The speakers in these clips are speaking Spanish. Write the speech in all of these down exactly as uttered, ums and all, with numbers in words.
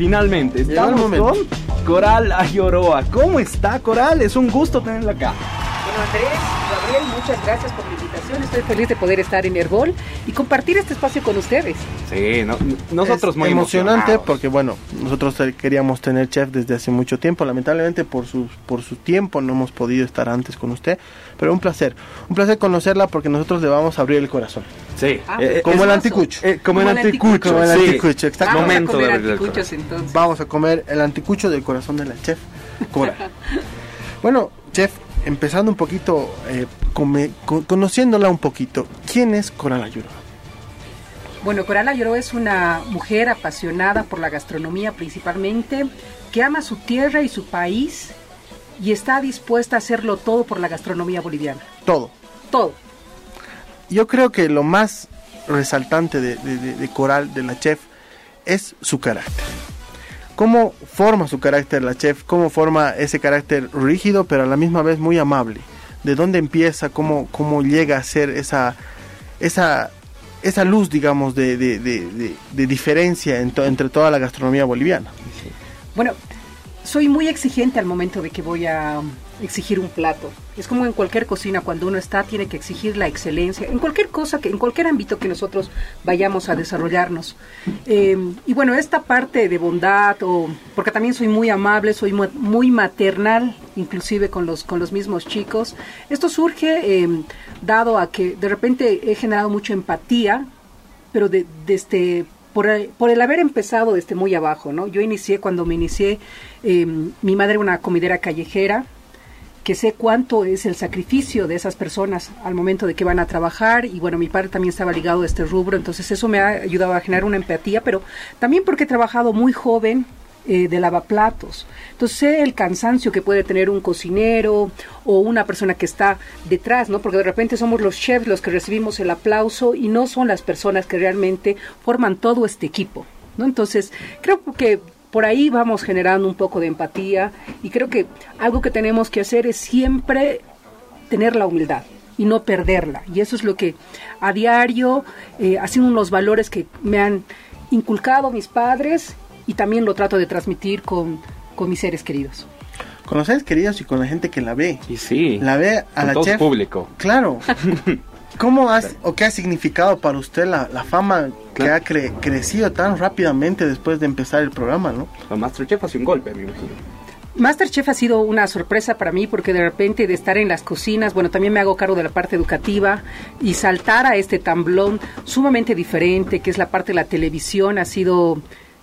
finalmente, estamos con Coral Ayoroa. ¿Cómo está, Coral? Es un gusto tenerla acá. Bueno, Andrés, Gabriel, muchas gracias por la invitación. Estoy feliz de poder estar en Herbol y compartir este espacio con ustedes. Sí, no, nosotros es muy emocionante porque, bueno, nosotros queríamos tener chef desde hace mucho tiempo. Lamentablemente por su, por su tiempo no hemos podido estar antes con usted, pero un placer, un placer conocerla porque nosotros le vamos a abrir el corazón. Sí, ah, eh, como, el anticucho. Eh, como, como el anticucho. Como el sí. anticucho, exacto. Ah, Momento vamos a comer de anticuchos entonces. Vamos a comer el anticucho del corazón de la chef Coral. Bueno, chef, empezando un poquito, eh, come, con, conociéndola un poquito, ¿quién es Coral Ayoroa? Bueno, Coral Ayoroa es una mujer apasionada por la gastronomía principalmente, que ama su tierra y su país y está dispuesta a hacerlo todo por la gastronomía boliviana. Todo. Todo. Yo creo que lo más resaltante de, de, de, de Coral, de la chef, es su carácter. ¿Cómo forma su carácter la chef? ¿Cómo forma ese carácter rígido, pero a la misma vez muy amable? ¿De dónde empieza? ¿Cómo, cómo llega a ser esa, esa, esa luz, digamos, de, de, de, de, de diferencia en to, entre toda la gastronomía boliviana? Bueno, soy muy exigente al momento de que voy a exigir un plato. Es como en cualquier cocina, cuando uno está, tiene que exigir la excelencia, en cualquier cosa, que en cualquier ámbito que nosotros vayamos a desarrollarnos. Eh, y bueno, esta parte de bondad, o porque también soy muy amable, soy muy, muy maternal, inclusive con los, con los mismos chicos. Esto surge eh, dado a que de repente he generado mucha empatía, pero de, de este... Por el, por el haber empezado desde muy abajo, ¿no? Yo inicié, cuando me inicié, eh, mi madre era una comidera callejera, que sé cuánto es el sacrificio de esas personas al momento de que van a trabajar, y bueno, mi padre también estaba ligado a este rubro, entonces eso me ha ayudado a generar una empatía, pero también porque he trabajado muy joven, Eh, de lavaplatos. Entonces sé el cansancio que puede tener un cocinero o una persona que está detrás, ¿no? Porque de repente somos los chefs los que recibimos el aplauso y no son las personas que realmente forman todo este equipo, ¿no? Entonces creo que por ahí vamos generando un poco de empatía, y creo que algo que tenemos que hacer es siempre tener la humildad y no perderla, y eso es lo que a diario eh, ha sido unos valores que me han inculcado mis padres, y también lo trato de transmitir con, con mis seres queridos. Con los seres queridos y con la gente que la ve. Y sí. La ve a con la todo chef. Público. Claro. ¿Cómo has, o qué ha significado para usted la, la fama claro. que ha cre, crecido tan rápidamente después de empezar el programa, ¿no? El Masterchef hace un golpe, me imagino. Masterchef ha sido una sorpresa para mí, porque de repente de estar en las cocinas, bueno, también me hago cargo de la parte educativa, y saltar a este tablón sumamente diferente, que es la parte de la televisión, ha sido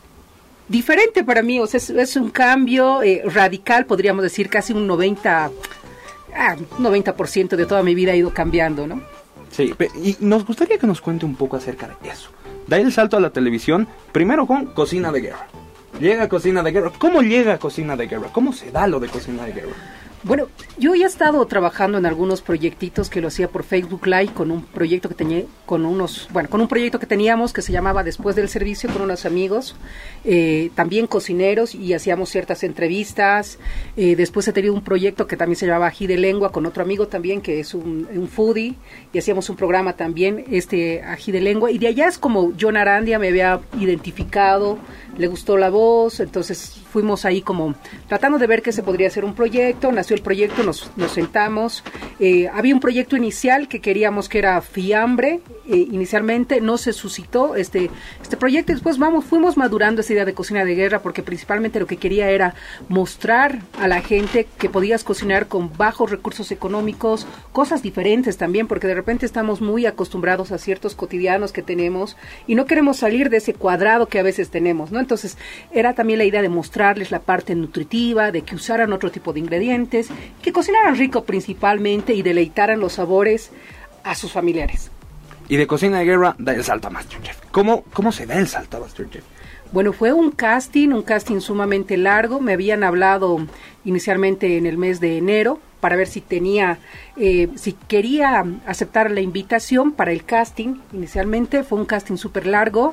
diferente para mí. O sea, es, es un cambio eh, radical, podríamos decir, casi un noventa, ah, noventa por ciento de toda mi vida ha ido cambiando, ¿no? Sí, y nos gustaría que nos cuente un poco acerca de eso. Da el salto a la televisión, primero con Cocina de Guerra. Llega a Cocina de Guerra. ¿Cómo llega a Cocina de Guerra? ¿Cómo se da lo de Cocina de Guerra? Bueno, yo ya he estado trabajando en algunos proyectitos que lo hacía por Facebook Live, con un proyecto que tenía, con unos, bueno, con un proyecto que teníamos que se llamaba Después del Servicio, con unos amigos, eh, también cocineros, y hacíamos ciertas entrevistas. Eh, después he tenido un proyecto que también se llamaba Ají de Lengua, con otro amigo también que es un, un foodie, y hacíamos un programa también, este Ají de Lengua, y de allá es como John Arandia me había identificado, le gustó la voz, entonces fuimos ahí como tratando de ver que se podría hacer un proyecto. Nació el proyecto, nos, nos sentamos, eh, había un proyecto inicial que queríamos que era fiambre, eh, inicialmente no se suscitó este, este proyecto, y después vamos, fuimos madurando esa idea de Cocina de Guerra, porque principalmente lo que quería era mostrar a la gente que podías cocinar con bajos recursos económicos, cosas diferentes también, porque de repente estamos muy acostumbrados a ciertos cotidianos que tenemos y no queremos salir de ese cuadrado que a veces tenemos, ¿no? Entonces era también la idea de mostrarles la parte nutritiva, de que usaran otro tipo de ingredientes, que cocinaran rico principalmente y deleitaran los sabores a sus familiares. Y de Cocina de Guerra da el salto a Masterchef. ¿Cómo, cómo se da el salto a Masterchef? Bueno, fue un casting, un casting sumamente largo. Me habían hablado inicialmente en el mes de enero para ver si tenía, eh, si quería aceptar la invitación para el casting. Inicialmente fue un casting súper largo,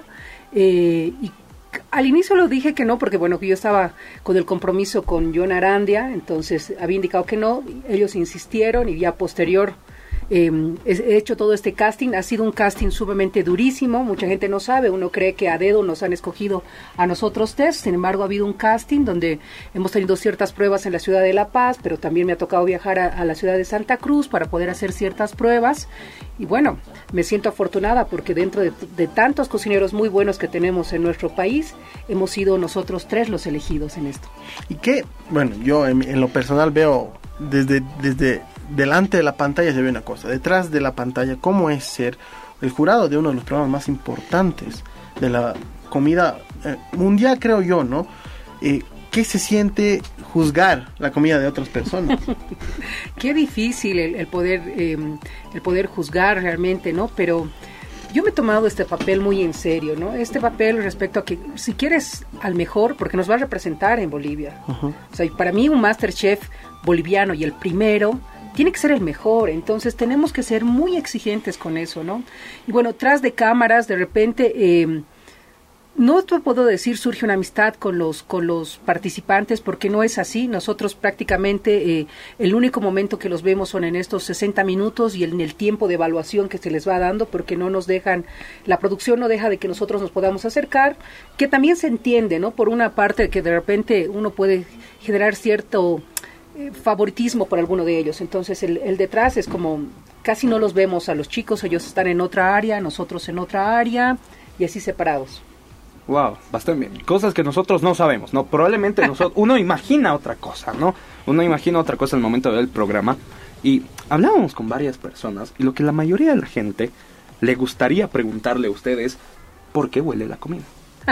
eh, y al inicio lo dije que no, porque bueno, que yo estaba con el compromiso con John Arandia, entonces había indicado que no, ellos insistieron, y ya posterior eh, he hecho todo este casting. Ha sido un casting sumamente durísimo, mucha gente no sabe, uno cree que a dedo nos han escogido a nosotros tres, sin embargo ha habido un casting donde hemos tenido ciertas pruebas en la ciudad de La Paz, pero también me ha tocado viajar a, a la ciudad de Santa Cruz para poder hacer ciertas pruebas, y bueno, me siento afortunada porque dentro de, de tantos cocineros muy buenos que tenemos en nuestro país, hemos sido nosotros tres los elegidos en esto. Y que, bueno, yo en, en lo personal veo desde, desde delante de la pantalla se ve una cosa, detrás de la pantalla, cómo es ser el jurado de uno de los programas más importantes de la comida eh, mundial, creo yo, ¿no? Eh, ¿Qué se siente juzgar la comida de otras personas? Qué difícil el, el poder eh, el poder juzgar realmente, ¿no? Pero yo me he tomado este papel muy en serio, ¿no? Este papel respecto a que si quieres al mejor, porque nos va a representar en Bolivia. Uh-huh. O sea, para mí un MasterChef boliviano y el primero tiene que ser el mejor, entonces tenemos que ser muy exigentes con eso, ¿no? Y bueno, tras de cámaras, de repente, eh, no te puedo decir surge una amistad con los con los participantes, porque no es así. Nosotros prácticamente eh, el único momento que los vemos son en estos sesenta minutos y en el tiempo de evaluación que se les va dando, porque no nos dejan, la producción no deja de que nosotros nos podamos acercar, que también se entiende, ¿no? Por una parte que de repente uno puede generar cierto eh, favoritismo por alguno de ellos, entonces el, el detrás es como, casi no los vemos a los chicos, ellos están en otra área, nosotros en otra área, y así separados. Wow, bastante bien. Cosas que nosotros no sabemos, ¿no? Probablemente nosotros, uno imagina otra cosa, ¿no? Uno imagina otra cosa en el momento de ver el programa. Y hablábamos con varias personas y lo que la mayoría de la gente le gustaría preguntarle a ustedes, ¿por qué huele la comida?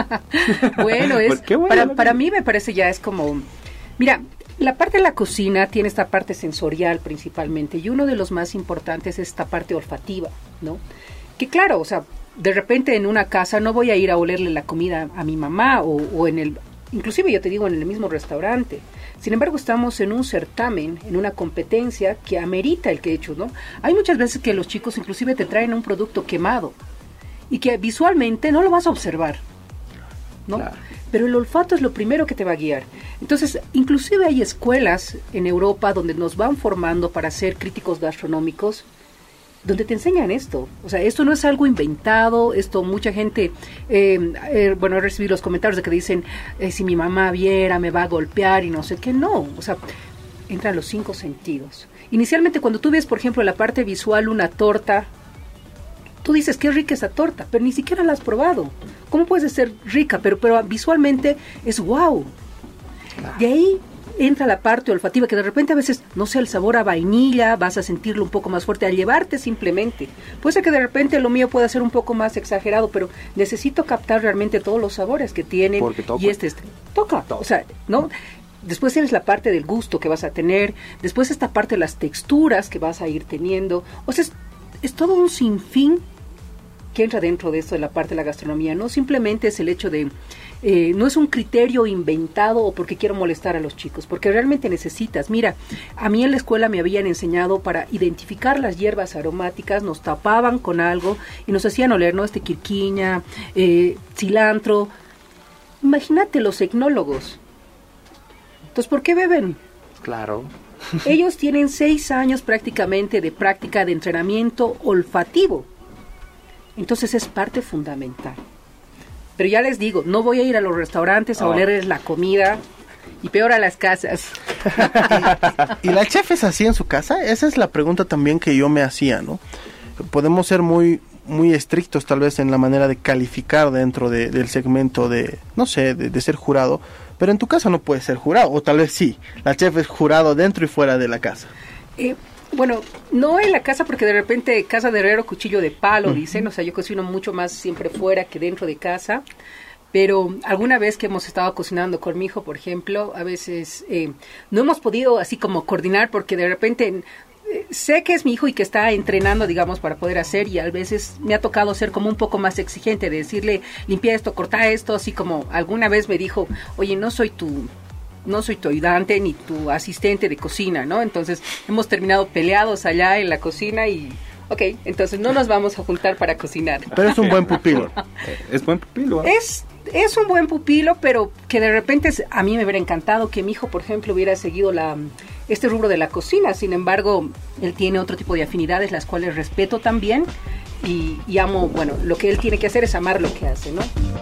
Bueno, es para, para mí me parece ya es como, mira, la parte de la cocina tiene esta parte sensorial principalmente, y uno de los más importantes es esta parte olfativa, ¿no? Que claro, o sea, de repente en una casa no voy a ir a olerle la comida a mi mamá o, o en el, inclusive yo te digo en el mismo restaurante. Sin embargo, estamos en un certamen, en una competencia que amerita el que he hecho, ¿no? Hay muchas veces que los chicos inclusive te traen un producto quemado y que visualmente no lo vas a observar, ¿no? Claro. Pero el olfato es lo primero que te va a guiar. Entonces, inclusive hay escuelas en Europa donde nos van formando para ser críticos gastronómicos, donde te enseñan esto. O sea, esto no es algo inventado, esto mucha gente, eh, eh, bueno, he recibido los comentarios de que dicen, eh, si mi mamá viera, me va a golpear y no sé qué. No, o sea, entran los cinco sentidos. Inicialmente, cuando tú ves, por ejemplo, la parte visual, una torta, tú dices, qué rica esa torta, pero ni siquiera la has probado. ¿Cómo puede ser rica? Pero, pero visualmente es wow. De ahí entra la parte olfativa, que de repente a veces, no sé, el sabor a vainilla, vas a sentirlo un poco más fuerte al llevarte simplemente. Puede ser que de repente lo mío pueda ser un poco más exagerado, pero necesito captar realmente todos los sabores que tienen. Y este, este toca, toca. O sea, ¿no? Después tienes la parte del gusto que vas a tener, después esta parte de las texturas que vas a ir teniendo. O sea, es, es todo un sinfín que entra dentro de esto de la parte de la gastronomía. No simplemente es el hecho de, eh, no es un criterio inventado o porque quiero molestar a los chicos, porque realmente necesitas. Mira, a mí en la escuela me habían enseñado para identificar las hierbas aromáticas, nos tapaban con algo y nos hacían oler, ¿no? Este quirquiña, eh, cilantro. Imagínate los etnólogos. Entonces, ¿por qué beben? Claro. Ellos tienen seis años prácticamente de práctica de entrenamiento olfativo. Entonces es parte fundamental. Pero ya les digo, no voy a ir a los restaurantes a oh. olerles la comida y peor a las casas. ¿Y, ¿Y la chef es así en su casa? Esa es la pregunta también que yo me hacía, ¿no? Podemos ser muy muy estrictos tal vez en la manera de calificar dentro de, del segmento de, no sé, de, de ser jurado, pero en tu casa no puedes ser jurado, o tal vez sí, la chef es jurado dentro y fuera de la casa. Eh, Bueno, no en la casa porque de repente casa de herrero, cuchillo de palo, uh-huh. dicen, o sea, yo cocino mucho más siempre fuera que dentro de casa, pero alguna vez que hemos estado cocinando con mi hijo, por ejemplo, a veces eh, no hemos podido así como coordinar porque de repente eh, sé que es mi hijo y que está entrenando, digamos, para poder hacer, y a veces me ha tocado ser como un poco más exigente, de decirle, limpia esto, corta esto, así como alguna vez me dijo, oye, no soy tu... no soy tu ayudante ni tu asistente de cocina, ¿no? Entonces hemos terminado peleados allá en la cocina y, ok, entonces no nos vamos a juntar para cocinar. Pero es un buen pupilo. Es buen pupilo. ¿eh? Es, es un buen pupilo, pero que de repente a mí me hubiera encantado que mi hijo, por ejemplo, hubiera seguido la, este rubro de la cocina. Sin embargo, él tiene otro tipo de afinidades, las cuales respeto también, y, y amo, bueno, lo que él tiene que hacer es amar lo que hace, ¿no?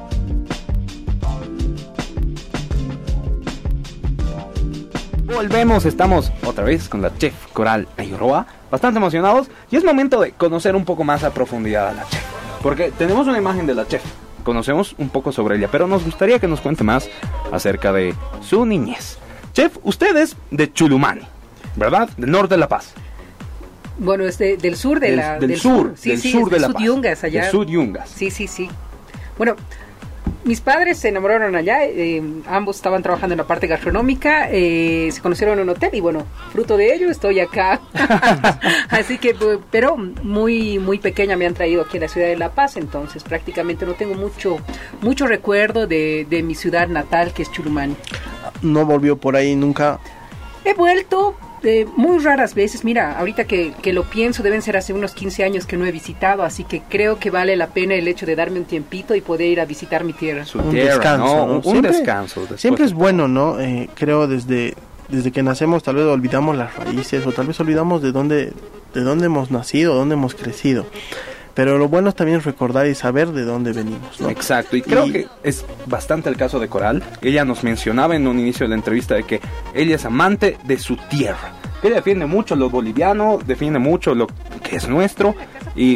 Volvemos, estamos otra vez con la chef Coral Ayroa, bastante emocionados, y es momento de conocer un poco más a profundidad a la chef, porque tenemos una imagen de la chef, conocemos un poco sobre ella, pero nos gustaría que nos cuente más acerca de su niñez. Chef, usted es de Chulumani, ¿verdad? Del norte de La Paz. Bueno, es de, del sur de del, la... Del, del sur, sur, sí, del sí, sur de, de La Sud Paz. Yungas, allá. Del Sud Yungas. Sí, sí, sí. Bueno, mis padres se enamoraron allá, eh, ambos estaban trabajando en la parte gastronómica, eh, se conocieron en un hotel y bueno, fruto de ello estoy acá. Así que, pero muy muy pequeña me han traído aquí a la ciudad de La Paz, entonces prácticamente no tengo mucho mucho recuerdo de, de mi ciudad natal, que es Chulumani. ¿No volvió por ahí nunca? He vuelto eh, muy raras veces. Mira, ahorita que, que lo pienso, deben ser hace unos quince años que no he visitado, así que creo que vale la pena el hecho de darme un tiempito y poder ir a visitar mi tierra. Su un tierra, descanso, ¿no? ¿no? Un, Siempre, descanso. Siempre es bueno, ¿no? Eh, creo desde, desde que nacemos tal vez olvidamos las raíces o tal vez olvidamos de dónde, de dónde hemos nacido, dónde hemos crecido. Pero lo bueno es también recordar y saber de dónde venimos, ¿no? Exacto, y creo y... que es bastante el caso de Coral. Ella nos mencionaba en un inicio de la entrevista de que ella es amante de su tierra. Ella defiende mucho lo boliviano, defiende mucho lo que es nuestro, y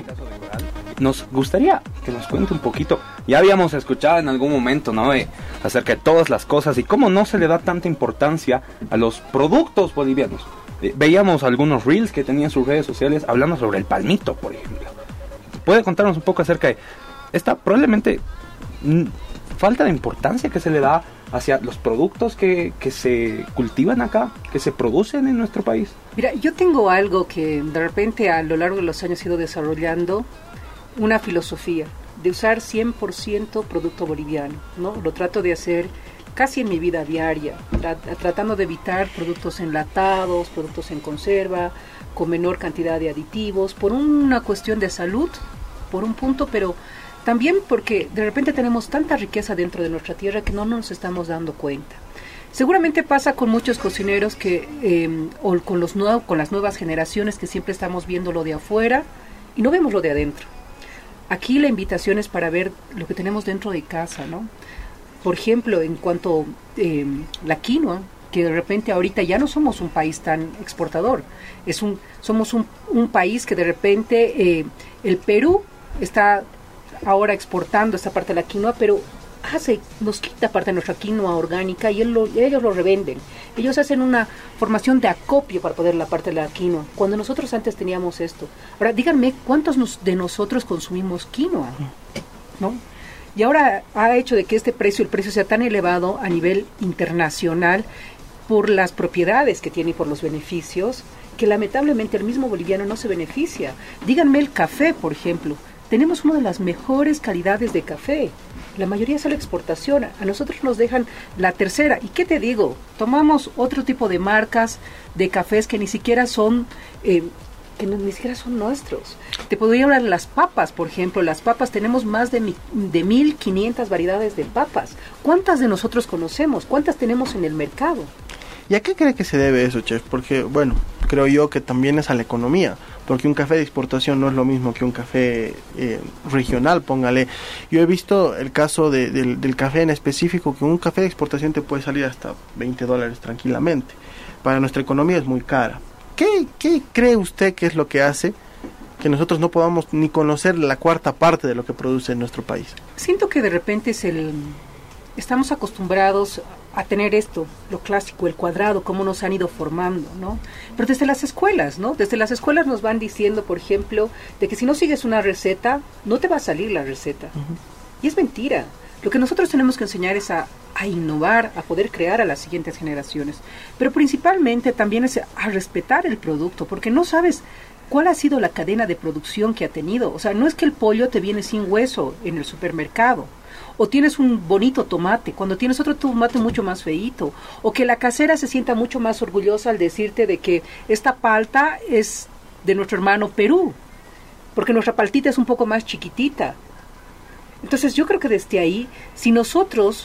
nos gustaría que nos cuente un poquito. Ya habíamos escuchado en algún momento, ¿no?, de, acerca de todas las cosas y cómo no se le da tanta importancia a los productos bolivianos. Eh, veíamos algunos reels que tenían sus redes sociales hablando sobre el palmito, por ejemplo. ¿Puede contarnos un poco acerca de esta probablemente m, falta de importancia que se le da hacia los productos que, que se cultivan acá, que se producen en nuestro país? Mira, yo tengo algo que de repente a lo largo de los años he ido desarrollando, una filosofía de usar cien por ciento producto boliviano, ¿no? Lo trato de hacer casi en mi vida diaria, tra- tratando de evitar productos enlatados, productos en conserva, con menor cantidad de aditivos, por una cuestión de salud, por un punto, pero también porque de repente tenemos tanta riqueza dentro de nuestra tierra que no nos estamos dando cuenta. Seguramente pasa con muchos cocineros que, eh, o con, los nuevos, con las nuevas generaciones, que siempre estamos viendo lo de afuera y no vemos lo de adentro. Aquí la invitación es para ver lo que tenemos dentro de casa, ¿no? Por ejemplo, en cuanto a eh, la quinoa, que de repente ahorita ya no somos un país tan exportador, es un, somos un, un país que de repente eh, el Perú está ahora exportando esta parte de la quinoa, pero hace, nos quita parte de nuestra quinoa orgánica y él lo, ellos lo revenden. Ellos hacen una formación de acopio para poder la parte de la quinoa, cuando nosotros antes teníamos esto. Ahora, díganme, ¿cuántos nos, de nosotros consumimos quinoa? ¿No? Y ahora ha hecho de que este precio, el precio sea tan elevado a nivel internacional por las propiedades que tiene y por los beneficios, que lamentablemente el mismo boliviano no se beneficia. Díganme el café, por ejemplo. Tenemos una de las mejores calidades de café. La mayoría es a la exportación. A nosotros nos dejan la tercera. ¿Y qué te digo? Tomamos otro tipo de marcas de cafés que ni siquiera son... Eh, que no, ni siquiera son nuestros. Te podría hablar de las papas, por ejemplo. Las papas, tenemos más de, mi, de mil quinientas variedades de papas. ¿Cuántas de nosotros conocemos? ¿Cuántas tenemos en el mercado? ¿Y a qué cree que se debe eso, chef? Porque, bueno, creo yo que también es a la economía, porque un café de exportación no es lo mismo que un café eh, regional, póngale. Yo he visto el caso de, del, del café en específico, que un café de exportación te puede salir hasta veinte dólares tranquilamente. Para nuestra economía es muy cara. ¿Qué, qué cree usted que es lo que hace que nosotros no podamos ni conocer la cuarta parte de lo que produce en nuestro país? Siento que de repente es el... Estamos acostumbrados a tener esto, lo clásico, el cuadrado, cómo nos han ido formando, ¿no? Pero desde las escuelas, ¿no? Desde las escuelas nos van diciendo, por ejemplo, de que si no sigues una receta, no te va a salir la receta. Uh-huh. Y es mentira. Lo que nosotros tenemos que enseñar es a, a innovar, a poder crear a las siguientes generaciones. Pero principalmente también es a respetar el producto, porque no sabes cuál ha sido la cadena de producción que ha tenido. O sea, no es que el pollo te viene sin hueso en el supermercado, o tienes un bonito tomate, cuando tienes otro tomate mucho más feíto, o que la casera se sienta mucho más orgullosa al decirte de que esta palta es de nuestro hermano Perú, porque nuestra paltita es un poco más chiquitita. Entonces yo creo que desde ahí, si nosotros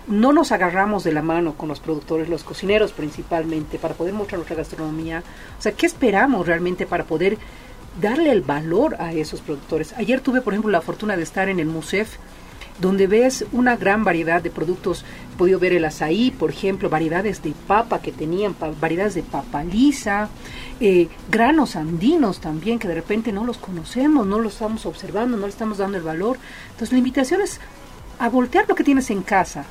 no nos agarramos de la mano con los productores, los cocineros principalmente, para poder mostrar nuestra gastronomía. O sea, ¿qué esperamos realmente para poder darle el valor a esos productores? Ayer tuve, por ejemplo, la fortuna de estar en el MUSEF, donde ves una gran variedad de productos. He podido ver el azaí, por ejemplo, variedades de papa que tenían, pa- variedades de papa lisa, eh, granos andinos también, que de repente no los conocemos, no los estamos observando, no le estamos dando el valor. Entonces la invitación es a voltear lo que tienes en casa.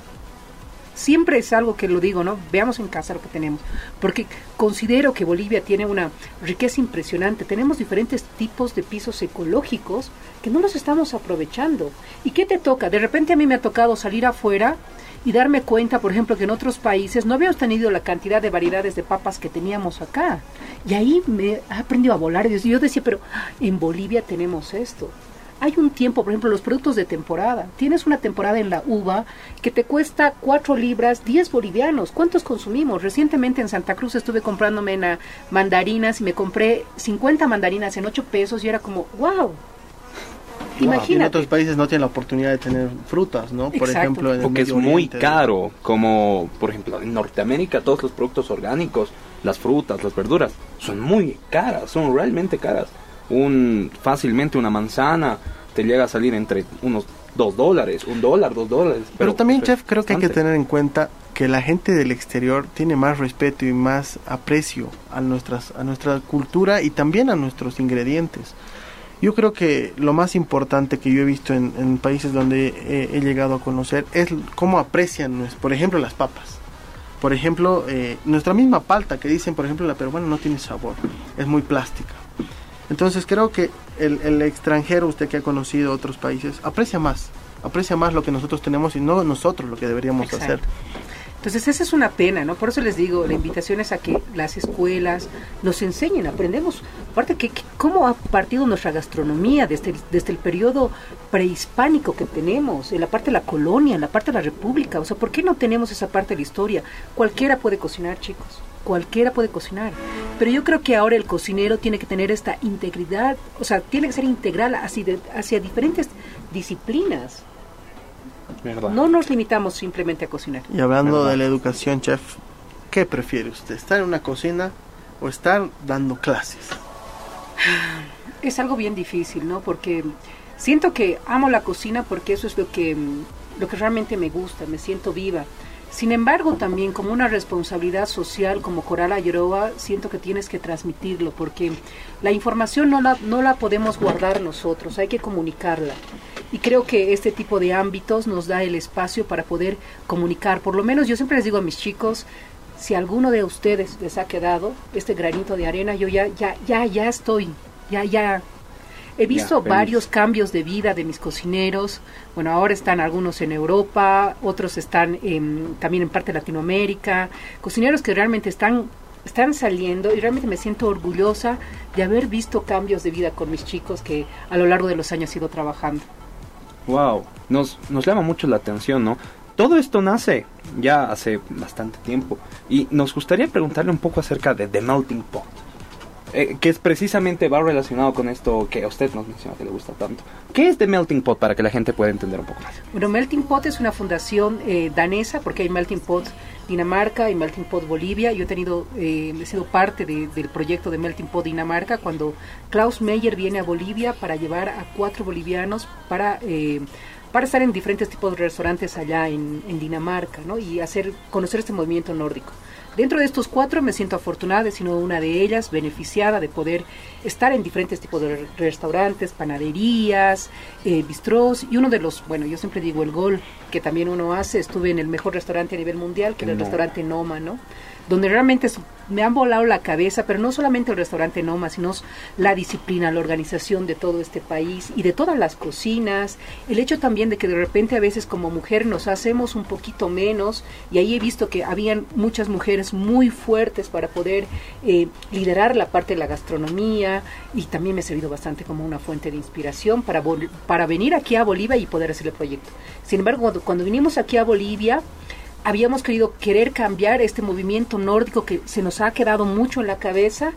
Siempre es algo que lo digo, ¿no? Veamos en casa lo que tenemos, porque considero que Bolivia tiene una riqueza impresionante. Tenemos diferentes tipos de pisos ecológicos que no los estamos aprovechando. ¿Y qué te toca? De repente a mí me ha tocado salir afuera y darme cuenta, por ejemplo, que en otros países no habíamos tenido la cantidad de variedades de papas que teníamos acá. Y ahí me he aprendido a volar. Y yo decía, pero en Bolivia tenemos esto. Hay un tiempo, por ejemplo, los productos de temporada. Tienes una temporada en la uva que te cuesta cuatro libras, diez bolivianos. ¿Cuántos consumimos? Recientemente en Santa Cruz estuve comprándome na- mandarinas y me compré cincuenta mandarinas en ocho pesos y era como, wow. Imagínate. En otros países no tienen la oportunidad de tener frutas, ¿no? Por Exacto. ejemplo, en el Porque es Medio muy Oriente, caro, como por ejemplo en Norteamérica todos los productos orgánicos, las frutas, las verduras, son muy caras, son realmente caras. Un fácilmente una manzana te llega a salir entre unos dos dólares, un dólar, dos dólares. Pero, Pero, también, pues, chef, creo que hay que bastante. tener en cuenta que la gente del exterior tiene más respeto y más aprecio a nuestras a nuestra cultura y también a nuestros ingredientes. Yo creo que lo más importante que yo he visto en, en países donde he, he llegado a conocer es cómo aprecian, nues- por ejemplo, las papas. Por ejemplo, eh, nuestra misma palta, que dicen, por ejemplo, la peruana no tiene sabor, es muy plástica. Entonces creo que el, el extranjero, usted que ha conocido otros países, aprecia más, aprecia más lo que nosotros tenemos y no nosotros lo que deberíamos Exacto. hacer. Entonces esa es una pena, ¿no? Por eso les digo, la invitación es a que las escuelas nos enseñen, aprendemos, aparte que, que cómo ha partido nuestra gastronomía desde el, desde el periodo prehispánico que tenemos, en la parte de la colonia, en la parte de la república. O sea, ¿por qué no tenemos esa parte de la historia? Cualquiera puede cocinar, chicos, cualquiera puede cocinar, pero yo creo que ahora el cocinero tiene que tener esta integridad, o sea, tiene que ser integral hacia, de, hacia diferentes disciplinas. ¿Verdad? No nos limitamos simplemente a cocinar. Y hablando ¿Verdad? de la educación, chef, ¿qué prefiere usted? ¿Estar en una cocina o estar dando clases? Es algo bien difícil, ¿no? Porque siento que amo la cocina porque eso es lo que, lo que realmente me gusta, me siento viva. Sin embargo, también como una responsabilidad social como Coral Ayaroa, siento que tienes que transmitirlo porque la información no la, no la podemos guardar nosotros, hay que comunicarla. Y creo que este tipo de ámbitos nos da el espacio para poder comunicar. Por lo menos yo siempre les digo a mis chicos, si a alguno de ustedes les ha quedado este granito de arena, yo ya, ya, ya, ya estoy, ya, ya. He visto Ya, varios cambios de vida de mis cocineros. Bueno, ahora están algunos en Europa, otros están en, también en parte de Latinoamérica. Cocineros que realmente están, están saliendo y realmente me siento orgullosa de haber visto cambios de vida con mis chicos que a lo largo de los años he ido trabajando. Wow, nos, nos llama mucho la atención, ¿no? Todo esto nace ya hace bastante tiempo y nos gustaría preguntarle un poco acerca de The Melting Pot, eh, que es precisamente va relacionado con esto que a usted nos menciona que le gusta tanto. ¿Qué es The Melting Pot para que la gente pueda entender un poco más? Bueno, Melting Pot es una fundación eh, danesa, porque hay Melting Pot Dinamarca y Melting Pot Bolivia. Yo he tenido, eh, he sido parte de, del proyecto de Melting Pot Dinamarca cuando Klaus Meyer viene a Bolivia para llevar a cuatro bolivianos para eh, para estar en diferentes tipos de restaurantes allá en, en Dinamarca, ¿no? Y hacer conocer este movimiento nórdico. Dentro de estos cuatro me siento afortunada de ser una de ellas, beneficiada de poder estar en diferentes tipos de restaurantes, panaderías, eh, bistrós, y uno de los, bueno, yo siempre digo el gol que también uno hace, estuve en el mejor restaurante a nivel mundial, que era el No. restaurante Noma, ¿no? Donde realmente me han volado la cabeza, pero no solamente el restaurante Noma, sino la disciplina, la organización de todo este país y de todas las cocinas, el hecho también de que de repente a veces como mujer nos hacemos un poquito menos, y ahí he visto que habían muchas mujeres muy fuertes para poder eh, liderar la parte de la gastronomía, y también me ha servido bastante como una fuente de inspiración para, vol- para venir aquí a Bolivia y poder hacer el proyecto. Sin embargo, cuando, cuando vinimos aquí a Bolivia, habíamos querido querer cambiar este movimiento nórdico que se nos ha quedado mucho en la cabeza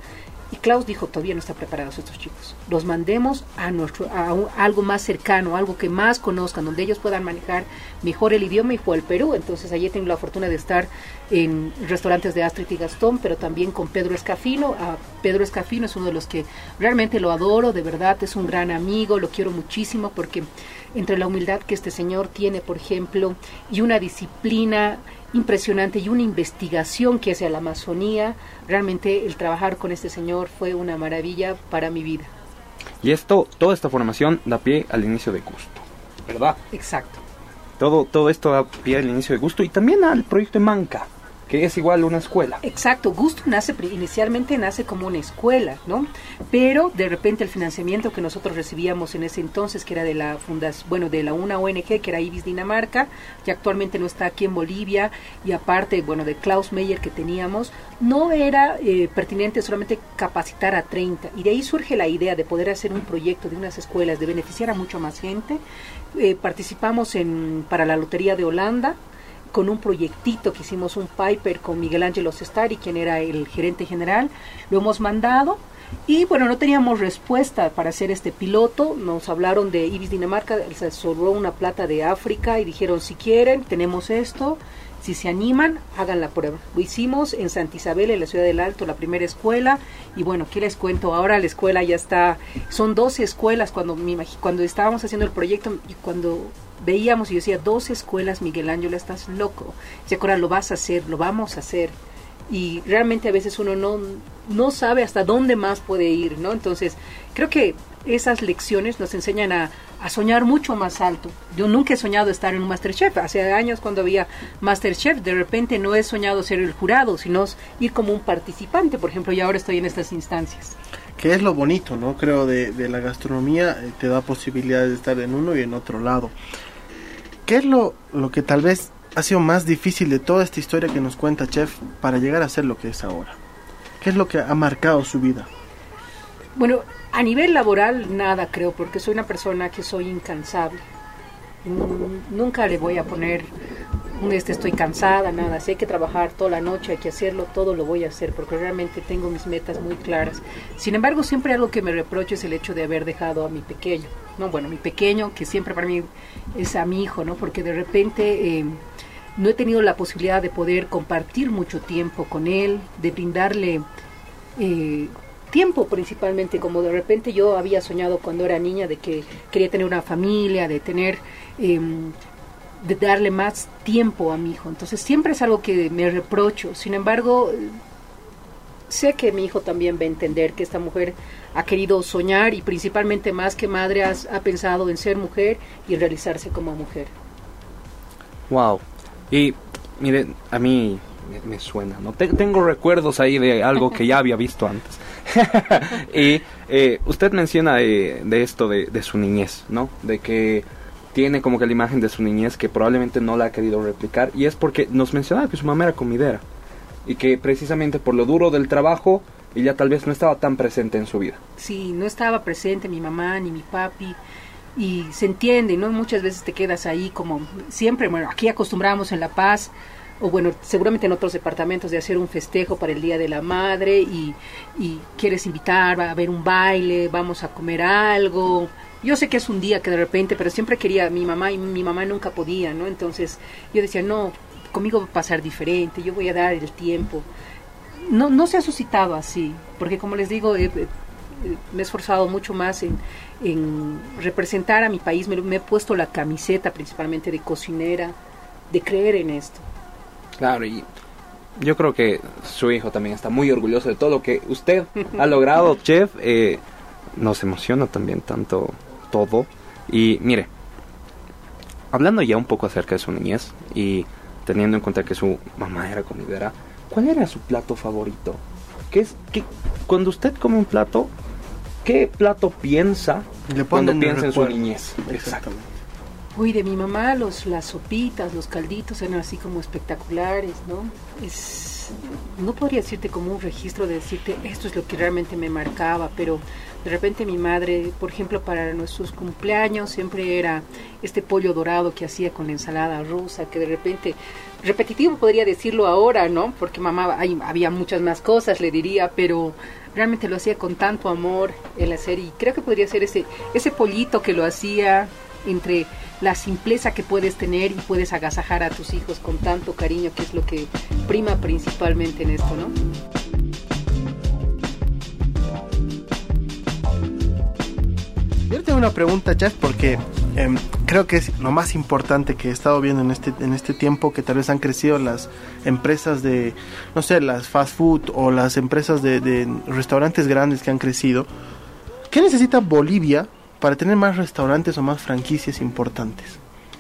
Y Klaus dijo, todavía no están preparados estos chicos. Los mandemos a, nuestro, a, un, a algo más cercano, algo que más conozcan, donde ellos puedan manejar mejor el idioma, y fue al Perú. Entonces allí tengo la fortuna de estar en restaurantes de Astrid y Gastón, pero también con Pedro Escafino. A Pedro Escafino es uno de los que realmente lo adoro, de verdad, es un gran amigo, lo quiero muchísimo, porque entre la humildad que este señor tiene, por ejemplo, y una disciplina impresionante y una investigación que hace a la Amazonía, realmente el trabajar con este señor fue una maravilla para mi vida. Y esto, toda esta formación da pie al inicio de Gusto, ¿verdad? Exacto. Todo, todo esto da pie al inicio de Gusto y también al proyecto Emanca, que es igual una escuela. Exacto, Gusto nace, inicialmente nace como una escuela, ¿no? Pero de repente el financiamiento que nosotros recibíamos en ese entonces, que era de la fundación, bueno, de la una O N G, que era Ibis Dinamarca, que actualmente no está aquí en Bolivia, y aparte, bueno, de Klaus Meyer que teníamos, no era eh, pertinente solamente capacitar a treinta, y de ahí surge la idea de poder hacer un proyecto de unas escuelas, de beneficiar a mucho más gente. Eh, participamos en para la Lotería de Holanda, con un proyectito que hicimos, un Piper con Miguel Ángel Ostari, quien era el gerente general, lo hemos mandado, y bueno, no teníamos respuesta para hacer este piloto. Nos hablaron de Ibis Dinamarca, se sobró una plata de África, y dijeron, si quieren, tenemos esto, si se animan, hagan la prueba. Lo hicimos en Santa Isabel, en la ciudad del Alto, la primera escuela, y bueno, ¿qué les cuento? Ahora la escuela ya está, son doce escuelas, cuando, me imag- cuando estábamos haciendo el proyecto, y cuando veíamos, y yo decía, dos escuelas, Miguel Ángel, estás loco. Dice, ahora lo vas a hacer, lo vamos a hacer. Y realmente a veces uno no, no sabe hasta dónde más puede ir, ¿no? Entonces, creo que esas lecciones nos enseñan a, a soñar mucho más alto. Yo nunca he soñado estar en un MasterChef. Hace años, cuando había MasterChef, de repente no he soñado ser el jurado, sino ir como un participante, por ejemplo, y ahora estoy en estas instancias. Que es lo bonito, ¿no? Creo de, de la gastronomía, eh, te da posibilidades de estar en uno y en otro lado. ¿Qué es lo, lo que tal vez ha sido más difícil de toda esta historia que nos cuenta Chef para llegar a ser lo que es ahora? ¿Qué es lo que ha marcado su vida? Bueno, a nivel laboral nada, creo, porque soy una persona que soy incansable. Nunca le voy a poner un este estoy cansada, nada. Si hay que trabajar toda la noche, hay que hacerlo, todo lo voy a hacer, porque realmente tengo mis metas muy claras. Sin embargo, siempre algo que me reprocho es el hecho de haber dejado a mi pequeño, no, bueno, mi pequeño, que siempre para mí es a mi hijo, ¿no? Porque de repente eh, no he tenido la posibilidad de poder compartir mucho tiempo con él, de brindarle eh, tiempo principalmente, como de repente yo había soñado cuando era niña, de que quería tener una familia, de tener... Eh, de darle más tiempo a mi hijo. Entonces siempre es algo que me reprocho. Sin embargo, sé que mi hijo también va a entender que esta mujer ha querido soñar, y principalmente más que madre ha, ha pensado en ser mujer y realizarse como mujer. Wow. Y mire, a mí me, me suena, ¿no? Te, tengo recuerdos ahí de algo que ya había visto antes. Y eh, usted menciona de, de esto de, de su niñez, ¿no? De que tiene como que la imagen de su niñez que probablemente no la ha querido replicar, y es porque nos mencionaba que su mamá era comidera y que precisamente por lo duro del trabajo ella tal vez no estaba tan presente en su vida. Sí, no estaba presente mi mamá ni mi papi, y se entiende, ¿no? Muchas veces te quedas ahí como siempre. Bueno, aquí acostumbramos en La Paz, o bueno, seguramente en otros departamentos, de hacer un festejo para el Día de la Madre, y, y quieres invitar, va a haber un baile, vamos a comer algo. Yo sé que es un día que de repente, pero siempre quería mi mamá, y mi mamá nunca podía, ¿no? Entonces yo decía, no, conmigo va a pasar diferente, yo voy a dar el tiempo. No, no se ha suscitado así, porque como les digo, eh, eh, me he esforzado mucho más en, en representar a mi país, me, me he puesto la camiseta principalmente de cocinera, de creer en esto. Claro, y yo creo que su hijo también está muy orgulloso de todo lo que usted ha logrado, Chef. Eh, nos emociona también tanto todo. Y mire, hablando ya un poco acerca de su niñez y teniendo en cuenta que su mamá era comidera, ¿cuál era su plato favorito? ¿Qué es, qué, cuando usted come un plato, qué plato piensa cuando piensa en su niñez? Exactamente. Uy, de mi mamá los las sopitas, los calditos eran así como espectaculares, ¿no? Es, no podría decirte como un registro de decirte esto es lo que realmente me marcaba, pero de repente mi madre, por ejemplo, para nuestros cumpleaños siempre era este pollo dorado que hacía con la ensalada rusa, que de repente, repetitivo podría decirlo ahora, ¿no? Porque mamá, hay, había muchas más cosas, le diría, pero realmente lo hacía con tanto amor en la serie. Y creo que podría ser ese, ese pollito que lo hacía entre la simpleza que puedes tener y puedes agasajar a tus hijos con tanto cariño, que es lo que prima principalmente en esto, ¿no? Yo tengo una pregunta, Chef, porque eh, creo que es lo más importante que he estado viendo en este en este tiempo, que tal vez han crecido las empresas de, no sé, las fast food o las empresas de, de restaurantes grandes que han crecido. ¿Qué necesita Bolivia para tener más restaurantes o más franquicias importantes?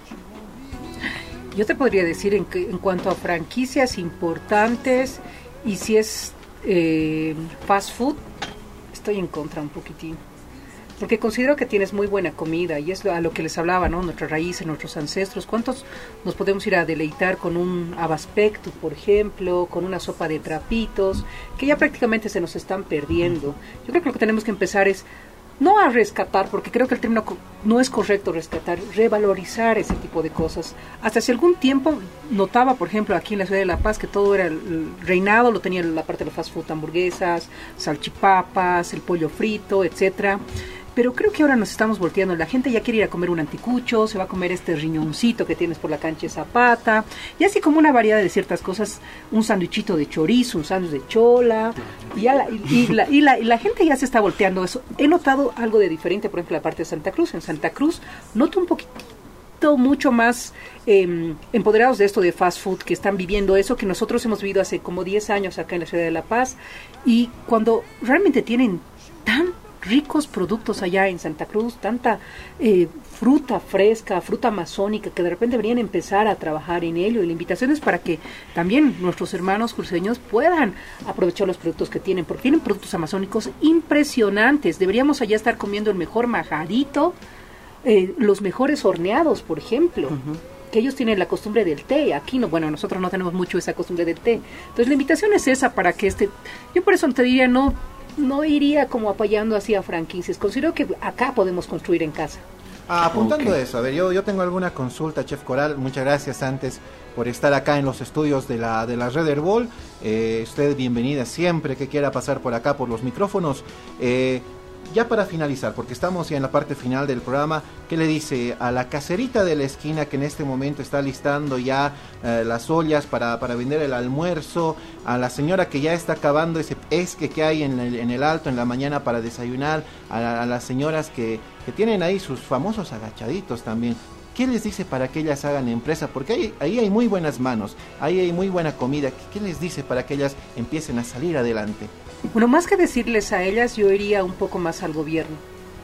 Yo te podría decir en, que, en cuanto a franquicias importantes, y si es eh, fast food, estoy en contra un poquitín. Porque considero que tienes muy buena comida, y es a lo que les hablaba, ¿no? Nuestras raíces, nuestros ancestros. ¿Cuántos nos podemos ir a deleitar con un abaspecto, por ejemplo, con una sopa de trapitos, que ya prácticamente se nos están perdiendo? Yo creo que lo que tenemos que empezar es no a rescatar, porque creo que el término no es correcto rescatar, revalorizar ese tipo de cosas. Hasta hace algún tiempo notaba, por ejemplo, aquí en la ciudad de La Paz, que todo era el reinado, lo tenía la parte de los fast food, hamburguesas, salchipapas, el pollo frito, etcétera. Pero creo que ahora nos estamos volteando. La gente ya quiere ir a comer un anticucho, se va a comer este riñoncito que tienes por la cancha de Zapata, y así como una variedad de ciertas cosas, un sándwichito de chorizo, un sándwich de chola, y, ya la, y, y, la, y, la, y la gente ya se está volteando eso. He notado algo de diferente, por ejemplo, en la parte de Santa Cruz. En Santa Cruz noto un poquitito mucho más eh, empoderados de esto de fast food, que están viviendo eso que nosotros hemos vivido hace como diez años acá en la ciudad de La Paz, y cuando realmente tienen tan ricos productos allá en Santa Cruz, tanta eh, fruta fresca, fruta amazónica, que de repente deberían empezar a trabajar en ello. Y la invitación es para que también nuestros hermanos cruceños puedan aprovechar los productos que tienen, porque tienen productos amazónicos impresionantes. Deberíamos allá estar comiendo el mejor majadito, eh, los mejores horneados, por ejemplo. Uh-huh. Que ellos tienen la costumbre del té, aquí no, bueno, nosotros no tenemos mucho esa costumbre del té. Entonces la invitación es esa, para que este, yo por eso te diría, no no iría como apoyando así a franquicias. Considero que acá podemos construir en casa. Ah, apuntando okay. eso, a ver, yo, yo tengo alguna consulta, Chef Coral. Muchas gracias antes por estar acá en los estudios de la, de la Red Herbol. Eh, usted bienvenida siempre que quiera pasar por acá por los micrófonos. Eh, ya para finalizar, porque estamos ya en la parte final del programa, ¿qué le dice a la caserita de la esquina que en este momento está listando ya eh, las ollas para, para vender el almuerzo, a la señora que ya está acabando ese esque que hay en el, en el alto en la mañana para desayunar, a, la, a las señoras que, que tienen ahí sus famosos agachaditos también? ¿Qué les dice para que ellas hagan empresa? Porque ahí, ahí hay muy buenas manos, ahí hay muy buena comida. ¿Qué les dice para que ellas empiecen a salir adelante? Bueno, más que decirles a ellas, yo iría un poco más al gobierno.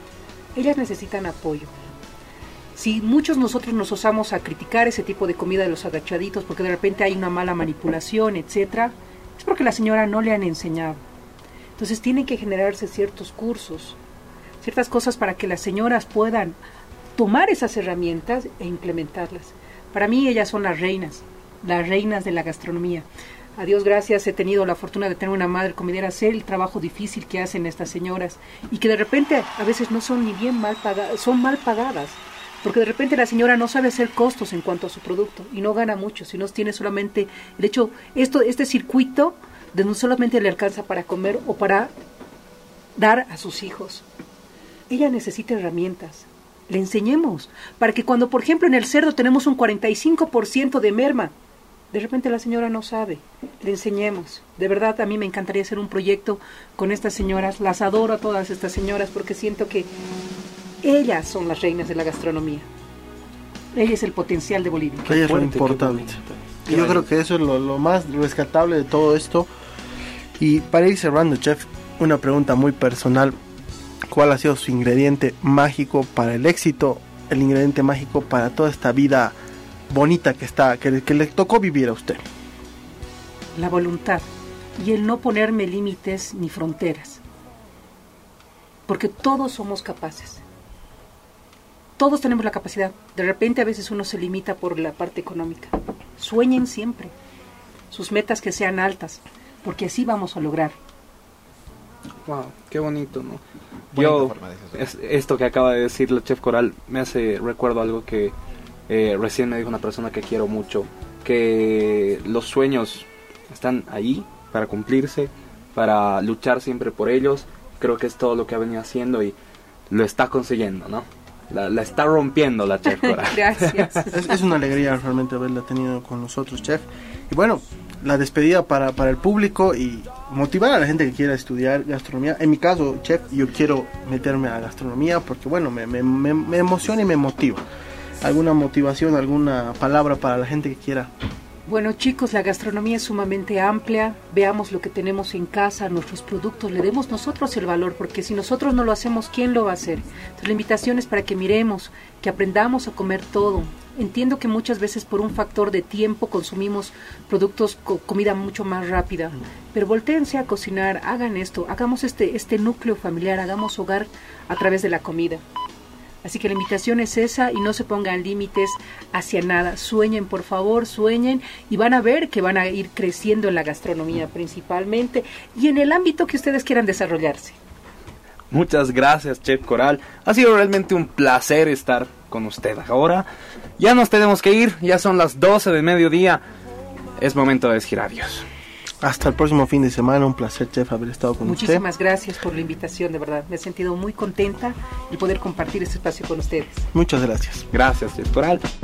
Ellas necesitan apoyo. Si muchos nosotros nos osamos a criticar ese tipo de comida de los agachaditos porque de repente hay una mala manipulación, etcétera, es porque la señora no le han enseñado. Entonces tienen que generarse ciertos cursos, ciertas cosas para que las señoras puedan tomar esas herramientas e implementarlas. Para mí ellas son las reinas, las reinas de la gastronomía. A Dios gracias, he tenido la fortuna de tener una madre comidera, hacer el trabajo difícil que hacen estas señoras y que de repente a veces no son ni bien mal pagadas, son mal pagadas, porque de repente la señora no sabe hacer costos en cuanto a su producto y no gana mucho, sino tiene solamente el hecho, esto, este circuito de no solamente le alcanza para comer o para dar a sus hijos. Ella necesita herramientas, le enseñemos, para que cuando por ejemplo en el cerdo tenemos un cuarenta y cinco por ciento de merma, de repente la señora no sabe, le enseñemos. De verdad, a mí me encantaría hacer un proyecto con estas señoras, las adoro a todas estas señoras porque siento que ellas son las reinas de la gastronomía. Ella es el potencial de Bolivia. Ella es lo importante. Y yo creo que eso es lo, lo más rescatable de todo esto. Y para ir cerrando, Chef, una pregunta muy personal. ¿Cuál ha sido su ingrediente mágico para el éxito? El ingrediente mágico para toda esta vida bonita que está, que, que le tocó vivir a usted. La voluntad y el no ponerme límites ni fronteras, porque todos somos capaces, todos tenemos la capacidad. De repente a veces uno se limita por la parte económica. Sueñen siempre sus metas, que sean altas, porque así vamos a lograr. Wow, qué bonito, ¿no? Yo, es, esto que acaba de decir la Chef Coral me hace recuerdo algo que Eh, recién me dijo una persona que quiero mucho, que los sueños están ahí para cumplirse, para luchar siempre por ellos. Creo que es todo lo que ha venido haciendo y lo está consiguiendo, ¿no? La, la está rompiendo la Chef Coral. Gracias. Es, es una alegría realmente haberla tenido con nosotros, Chef. Y bueno, la despedida para, para el público y motivar a la gente que quiera estudiar gastronomía. En mi caso, Chef, yo quiero meterme a gastronomía porque, bueno, me, me, me, me emociona y me motiva. ¿Alguna motivación, alguna palabra para la gente que quiera? Bueno, chicos, la gastronomía es sumamente amplia. Veamos lo que tenemos en casa, nuestros productos, le demos nosotros el valor, porque si nosotros no lo hacemos, ¿quién lo va a hacer? Entonces, la invitación es para que miremos, que aprendamos a comer todo. Entiendo que muchas veces por un factor de tiempo consumimos productos, co- comida mucho más rápida, pero voltéense a cocinar, hagan esto, hagamos este, este núcleo familiar, hagamos hogar a través de la comida. Así que la invitación es esa y no se pongan límites hacia nada. Sueñen, por favor, sueñen y van a ver que van a ir creciendo en la gastronomía principalmente y en el ámbito que ustedes quieran desarrollarse. Muchas gracias, Chef Coral. Ha sido realmente un placer estar con usted. Ahora ya nos tenemos que ir, ya son las doce de mediodía. Es momento de decir adiós. Hasta el próximo fin de semana, un placer, Chef, haber estado con usted. Muchísimas gracias por la invitación, de verdad. Me he sentido muy contenta y poder compartir este espacio con ustedes. Muchas gracias. Gracias, Chef Coral.